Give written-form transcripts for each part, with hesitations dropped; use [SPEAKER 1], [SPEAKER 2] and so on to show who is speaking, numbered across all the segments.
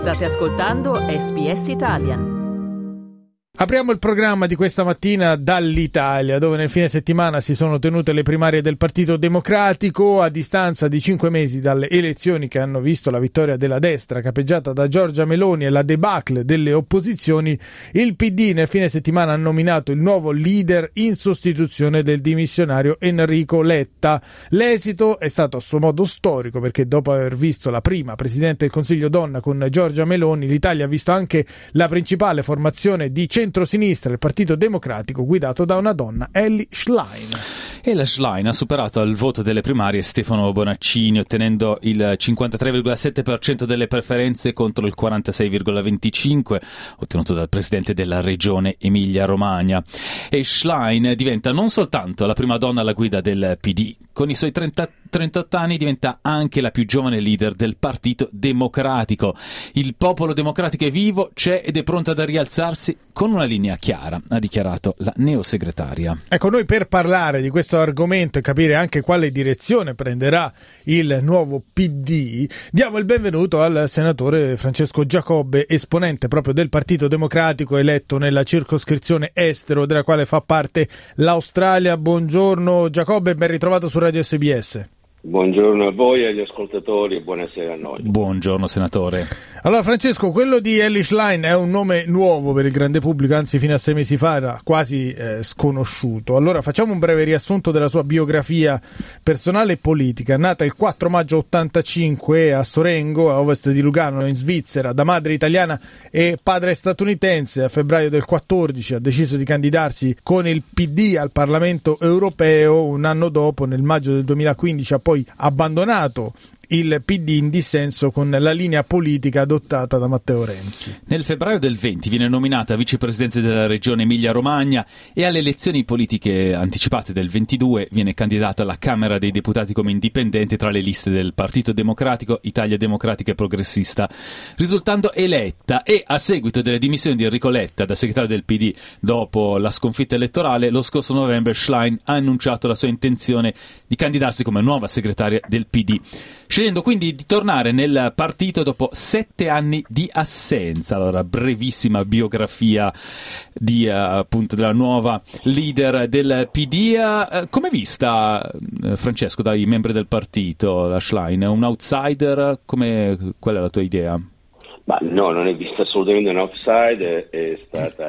[SPEAKER 1] State ascoltando SBS Italian.
[SPEAKER 2] Apriamo il programma di questa mattina dall'Italia, dove nel fine settimana si sono tenute le primarie del Partito Democratico. A distanza di 5 mesi dalle elezioni che hanno visto la vittoria della destra capeggiata da Giorgia Meloni e la debacle delle opposizioni, il PD nel fine settimana ha nominato il nuovo leader in sostituzione del dimissionario Enrico Letta. L'esito è stato a suo modo storico, perché dopo aver visto la prima Presidente del Consiglio donna con Giorgia Meloni, l'Italia ha visto anche la principale formazione di centrosinistra, il Partito Democratico, guidato da una donna, Elly Schlein.
[SPEAKER 3] E la Schlein ha superato al voto delle primarie Stefano Bonaccini, ottenendo il 53,7% delle preferenze contro il 46,25% ottenuto dal presidente della regione Emilia-Romagna. E Schlein diventa non soltanto la prima donna alla guida del PD, con i suoi 38 anni diventa anche la più giovane leader del Partito Democratico. Il popolo democratico è vivo, c'è ed è pronto ad rialzarsi con una linea chiara, ha dichiarato la neosegretaria.
[SPEAKER 2] Ecco, noi per parlare di questo argomento e capire anche quale direzione prenderà il nuovo PD, diamo il benvenuto al senatore Francesco Giacobbe, esponente proprio del Partito Democratico, eletto nella circoscrizione estero della quale fa parte l'Australia. Buongiorno Giacobbe, ben ritrovato su Radio SBS.
[SPEAKER 4] Buongiorno a voi e agli ascoltatori e buonasera a noi.
[SPEAKER 3] Buongiorno senatore.
[SPEAKER 2] Allora Francesco, quello di Elly Schlein è un nome nuovo per il grande pubblico, anzi fino a 6 mesi fa era quasi sconosciuto. Allora facciamo un breve riassunto della sua biografia personale e politica. Nata il 4 maggio 85 a Sorengo, a ovest di Lugano, in Svizzera, da madre italiana e padre statunitense. A febbraio del 14 ha deciso di candidarsi con il PD al Parlamento europeo. Un anno dopo, nel maggio del 2015, ha poi abbandonato il PD in dissenso con la linea politica adottata da Matteo Renzi.
[SPEAKER 3] Nel febbraio del 20 viene nominata vicepresidente della regione Emilia-Romagna e alle elezioni politiche anticipate del 22 viene candidata alla Camera dei Deputati come indipendente tra le liste del Partito Democratico, Italia Democratica e Progressista, risultando eletta. E a seguito delle dimissioni di Enrico Letta da segretario del PD dopo la sconfitta elettorale, lo scorso novembre Schlein ha annunciato la sua intenzione di candidarsi come nuova segretaria del PD, scegliendo quindi di tornare nel partito dopo 7 anni di assenza. Allora, brevissima biografia di appunto della nuova leader del PD. Come è vista, Francesco, dai membri del partito, la Schlein? È un outsider? Qual è la tua idea?
[SPEAKER 4] Ma no, non è vista assolutamente un outsider, è stato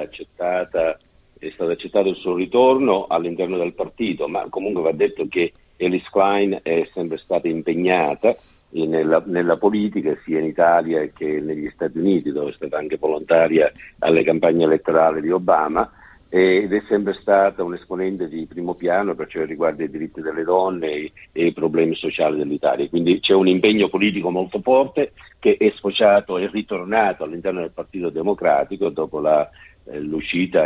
[SPEAKER 4] accettato il suo ritorno all'interno del partito, ma comunque va detto che Elly Schlein è sempre stata impegnata nella politica sia in Italia che negli Stati Uniti, dove è stata anche volontaria alle campagne elettorali di Obama, ed è sempre stata un esponente di primo piano per ciò che riguarda i diritti delle donne e i problemi sociali dell'Italia. Quindi c'è un impegno politico molto forte che è sfociato e ritornato all'interno del Partito Democratico dopo l'uscita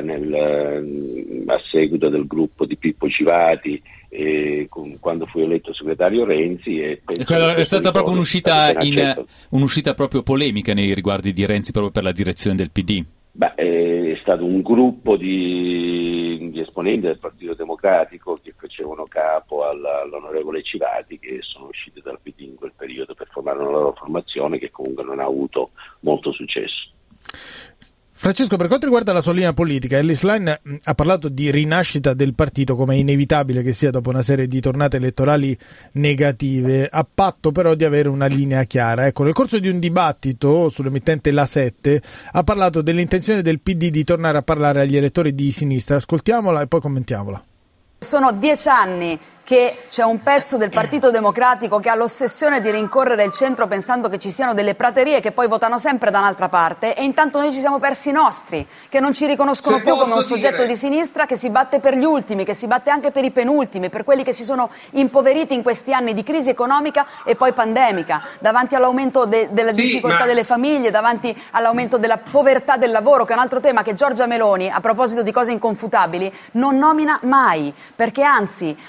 [SPEAKER 4] a seguito del gruppo di Pippo Civati quando fu eletto segretario Renzi. È
[SPEAKER 3] stata proprio un'uscita proprio polemica nei riguardi di Renzi proprio per la direzione del PD.
[SPEAKER 4] È stato un gruppo di esponenti del Partito Democratico che facevano capo all'onorevole Civati, che sono usciti dal PD in quel periodo per formare una loro formazione che comunque non ha avuto molto successo.
[SPEAKER 2] Francesco, per quanto riguarda la sua linea politica, Elly Schlein ha parlato di rinascita del partito, come è inevitabile che sia dopo una serie di tornate elettorali negative, a patto però di avere una linea chiara. Ecco, nel corso di un dibattito sull'emittente La 7 ha parlato dell'intenzione del PD di tornare a parlare agli elettori di sinistra. Ascoltiamola e poi commentiamola.
[SPEAKER 5] Sono 10 anni che c'è un pezzo del Partito Democratico che ha l'ossessione di rincorrere il centro pensando che ci siano delle praterie che poi votano sempre da un'altra parte, e intanto noi ci siamo persi i nostri, che non ci riconoscono più come un soggetto di sinistra che si batte per gli ultimi, che si batte anche per i penultimi, per quelli che si sono impoveriti in questi anni di crisi economica e poi pandemica, davanti all'aumento della difficoltà delle famiglie, davanti all'aumento della povertà del lavoro, che è un altro tema che Giorgia Meloni, a proposito di cose inconfutabili, non nomina mai, perché anzi evidentemente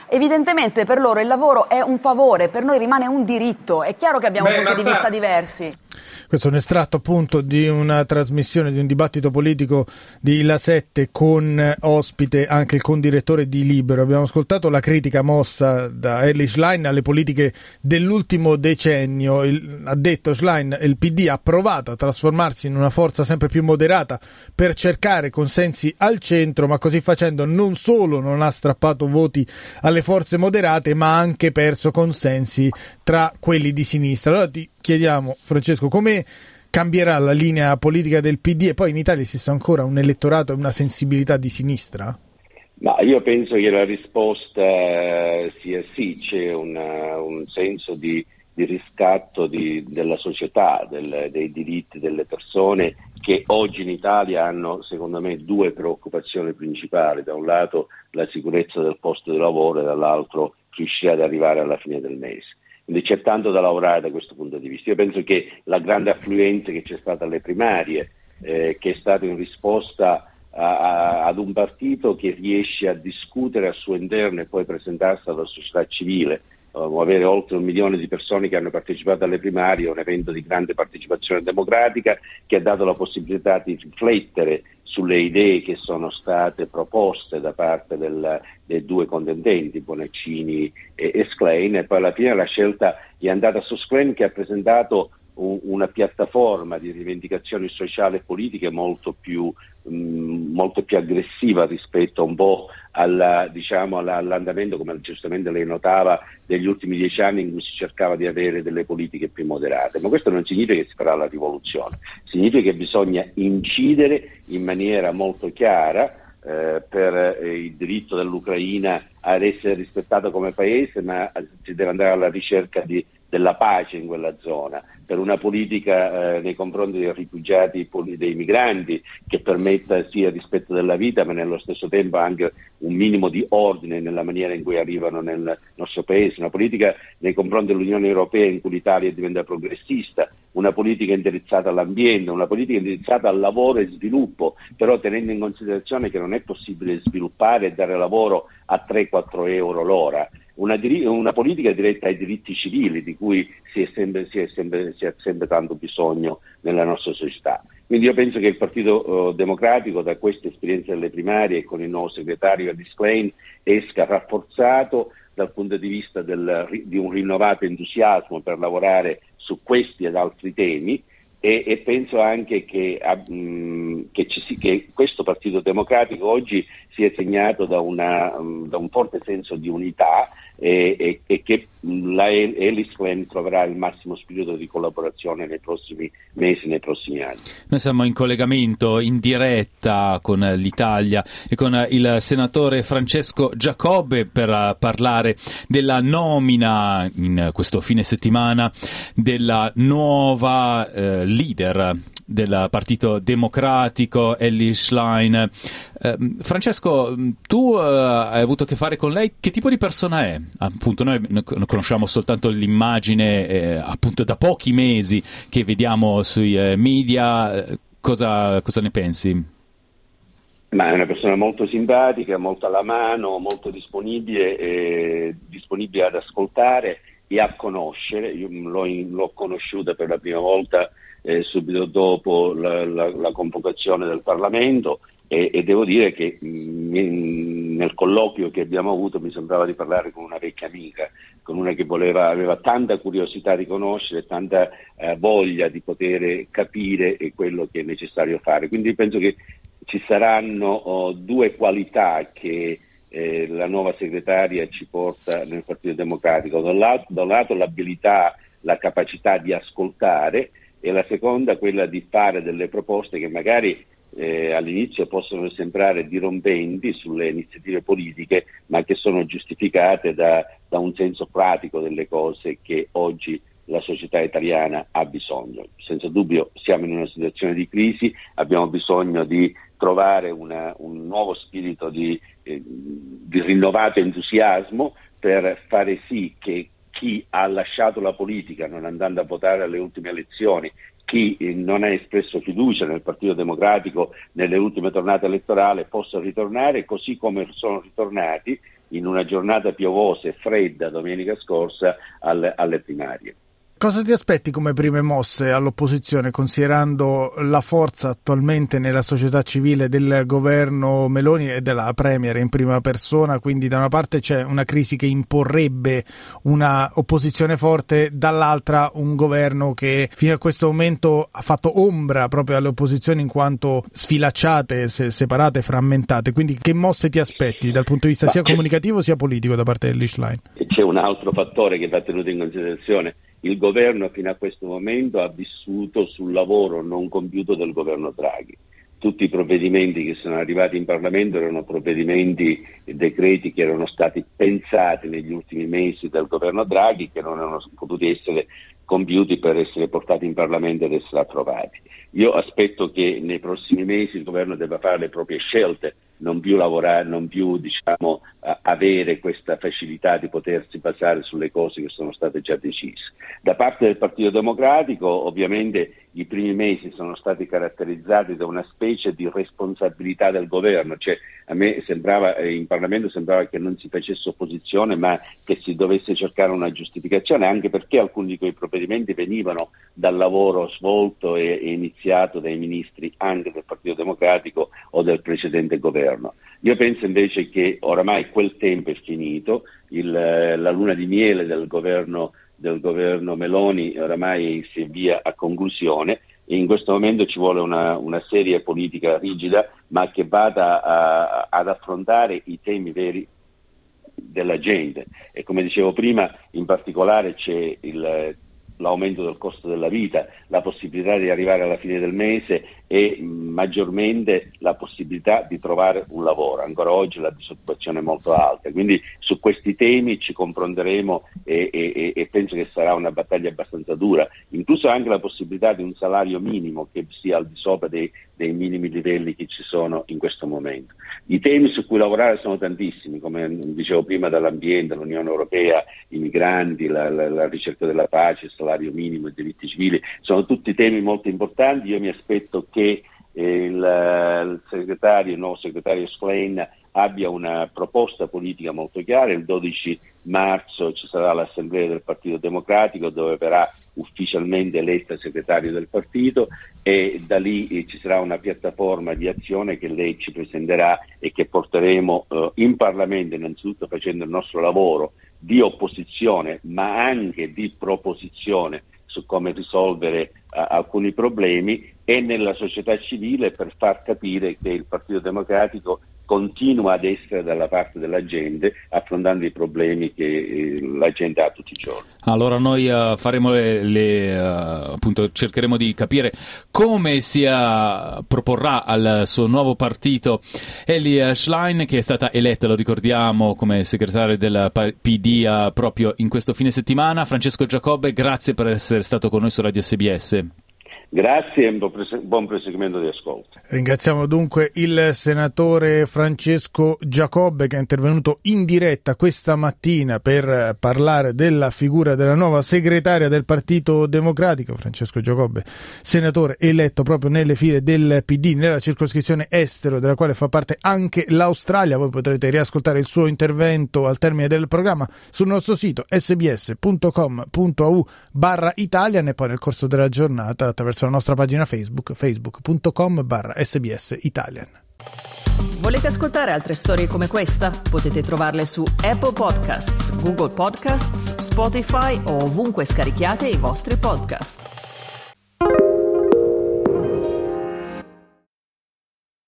[SPEAKER 5] evidentemente per loro il lavoro è un favore, per noi rimane un diritto. È chiaro che abbiamo punti di vista diversi.
[SPEAKER 2] Questo è un estratto appunto di una trasmissione, di un dibattito politico di La 7 con ospite anche il condirettore di Libero. Abbiamo ascoltato la critica mossa da Elly Schlein alle politiche dell'ultimo decennio. Ha detto Schlein, il PD ha provato a trasformarsi in una forza sempre più moderata per cercare consensi al centro, ma così facendo non solo non ha strappato voti alle forze moderate, ma ha anche perso consensi tra quelli di sinistra. Allora ti chiediamo, Francesco, come cambierà la linea politica del PD, e poi in Italia esiste ancora un elettorato e una sensibilità di sinistra?
[SPEAKER 4] Ma io penso che la risposta sia sì, c'è un senso di riscatto della società, dei diritti delle persone, che oggi in Italia hanno, secondo me, due preoccupazioni principali: da un lato la sicurezza del posto di lavoro e dall'altro riuscire ad arrivare alla fine del mese. Quindi c'è tanto da lavorare da questo punto di vista. Io penso che la grande affluenza che c'è stata alle primarie, che è stata in risposta ad un partito che riesce a discutere al suo interno e poi presentarsi alla società civile, avere oltre 1 milione di persone che hanno partecipato alle primarie, un evento di grande partecipazione democratica che ha dato la possibilità di riflettere sulle idee che sono state proposte da parte dei due contendenti, Bonaccini e Schlein, e poi alla fine la scelta è andata su Schlein, che ha presentato una piattaforma di rivendicazioni sociali e politiche molto più aggressiva rispetto un po' all'andamento, come giustamente lei notava, degli ultimi 10 anni in cui si cercava di avere delle politiche più moderate. Ma questo non significa che si farà la rivoluzione, significa che bisogna incidere in maniera molto chiara per il diritto dell'Ucraina ad essere rispettato come paese, ma si deve andare alla ricerca della pace in quella zona, per una politica nei confronti dei rifugiati, dei migranti, che permetta sia il rispetto della vita, ma nello stesso tempo anche un minimo di ordine nella maniera in cui arrivano nel nostro paese, una politica nei confronti dell'Unione Europea in cui l'Italia diventa progressista, una politica indirizzata all'ambiente, una politica indirizzata al lavoro e sviluppo, però tenendo in considerazione che non è possibile sviluppare e dare lavoro a 3-4 euro l'ora. Una politica diretta ai diritti civili, di cui si ha sempre tanto bisogno nella nostra società. Quindi io penso che il Partito Democratico, da questa esperienza delle primarie e con il nuovo segretario Elly Schlein, esca rafforzato dal punto di vista di un rinnovato entusiasmo per lavorare su questi ed altri temi, e penso anche che questo Partito Democratico oggi sia segnato da un forte senso di unità, e che la Elly Schlein troverà il massimo spirito di collaborazione nei prossimi mesi, nei prossimi anni.
[SPEAKER 3] Noi siamo in collegamento in diretta con l'Italia e con il senatore Francesco Giacobbe per parlare della nomina in questo fine settimana della nuova leader del Partito Democratico, Elly Schlein. Francesco, tu hai avuto a che fare con lei. Che tipo di persona è? Appunto, noi conosciamo soltanto l'immagine appunto da pochi mesi che vediamo sui media. Cosa ne pensi?
[SPEAKER 4] Ma è una persona molto simpatica, molto alla mano, molto disponibile ad ascoltare e a conoscere. Io l'ho conosciuta per la prima volta subito dopo la convocazione del Parlamento, e devo dire che nel colloquio che abbiamo avuto mi sembrava di parlare con una vecchia amica, con una che aveva tanta curiosità di conoscere, tanta voglia di poter capire quello che è necessario fare. Quindi penso che ci saranno due qualità che la nuova segretaria ci porta nel Partito Democratico: da un lato l'abilità, la capacità di ascoltare, e la seconda quella di fare delle proposte che magari all'inizio possono sembrare dirompenti sulle iniziative politiche, ma che sono giustificate da un senso pratico delle cose che oggi la società italiana ha bisogno. Senza dubbio siamo in una situazione di crisi, abbiamo bisogno di trovare un nuovo spirito di rinnovato entusiasmo per fare sì che chi ha lasciato la politica non andando a votare alle ultime elezioni, chi non ha espresso fiducia nel Partito Democratico nelle ultime tornate elettorali, possa ritornare, così come sono ritornati in una giornata piovosa e fredda domenica scorsa alle primarie.
[SPEAKER 2] Cosa ti aspetti come prime mosse all'opposizione, considerando la forza attualmente nella società civile del governo Meloni e della Premier in prima persona? Quindi da una parte c'è una crisi che imporrebbe una opposizione forte, dall'altra un governo che fino a questo momento ha fatto ombra proprio alle opposizioni in quanto sfilacciate, separate, frammentate. Quindi che mosse ti aspetti dal punto di vista sia comunicativo sia politico da parte dell'Ischlein?
[SPEAKER 4] C'è un altro fattore che va tenuto in considerazione. Il governo fino a questo momento ha vissuto sul lavoro non compiuto del governo Draghi. Tutti i provvedimenti che sono arrivati in Parlamento erano provvedimenti e decreti che erano stati pensati negli ultimi mesi dal governo Draghi, che non erano potuti essere compiuti per essere portati in Parlamento ed essere approvati. Io aspetto che nei prossimi mesi il governo debba fare le proprie scelte, non più lavorare, non più avere questa facilità di potersi basare sulle cose che sono state già decise. Da parte del Partito Democratico ovviamente i primi mesi sono stati caratterizzati da una specie di responsabilità del governo, cioè a me sembrava, in Parlamento sembrava che non si facesse opposizione ma che si dovesse cercare una giustificazione, anche perché alcuni di quei provvedimenti venivano dal lavoro svolto e iniziato dai ministri anche del Partito Democratico o del precedente governo. Io penso invece che oramai quel tempo è finito, la luna di miele del governo Meloni oramai si avvia a conclusione e in questo momento ci vuole una seria politica rigida ma che vada ad affrontare i temi veri della gente, e come dicevo prima in particolare c'è l'aumento del costo della vita, la possibilità di arrivare alla fine del mese e maggiormente la possibilità di trovare un lavoro. Ancora oggi la disoccupazione è molto alta, quindi su questi temi ci confronteremo e penso che sarà una battaglia abbastanza dura, incluso anche la possibilità di un salario minimo che sia al di sopra dei minimi livelli che ci sono in questo momento. I temi su cui lavorare sono tantissimi, come dicevo prima, dall'ambiente, l'Unione Europea, i migranti, la ricerca della pace, il salario minimo, i diritti civili, sono tutti temi molto importanti. Io mi aspetto che il nuovo segretario Schlein abbia una proposta politica molto chiara. Il 12 marzo ci sarà l'assemblea del Partito Democratico dove verrà ufficialmente eletta segretario del partito e da lì ci sarà una piattaforma di azione che lei ci presenterà e che porteremo in Parlamento, innanzitutto facendo il nostro lavoro di opposizione ma anche di proposizione su come risolvere alcuni problemi, e nella società civile per far capire che il Partito Democratico continua ad essere dalla parte della gente affrontando i problemi che la gente ha tutti i giorni.
[SPEAKER 3] Allora noi faremo appunto cercheremo di capire come si proporrà al suo nuovo partito Elly Schlein, che è stata eletta, lo ricordiamo, come segretario del PD proprio in questo fine settimana. Francesco Giacobbe, grazie per essere stato con noi su Radio SBS.
[SPEAKER 4] Grazie e buon proseguimento di ascolto.
[SPEAKER 2] Ringraziamo dunque il senatore Francesco Giacobbe che è intervenuto in diretta questa mattina per parlare della figura della nuova segretaria del Partito Democratico. Francesco Giacobbe, senatore eletto proprio nelle file del PD, nella circoscrizione estero della quale fa parte anche l'Australia. Voi potrete riascoltare il suo intervento al termine del programma sul nostro sito sbs.com.au/Italian e poi nel corso della giornata attraverso la nostra pagina Facebook, facebook.com/SBS Italian.
[SPEAKER 1] Volete ascoltare altre storie come questa? Potete trovarle su Apple Podcasts, Google Podcasts, Spotify o ovunque scarichiate i vostri podcast.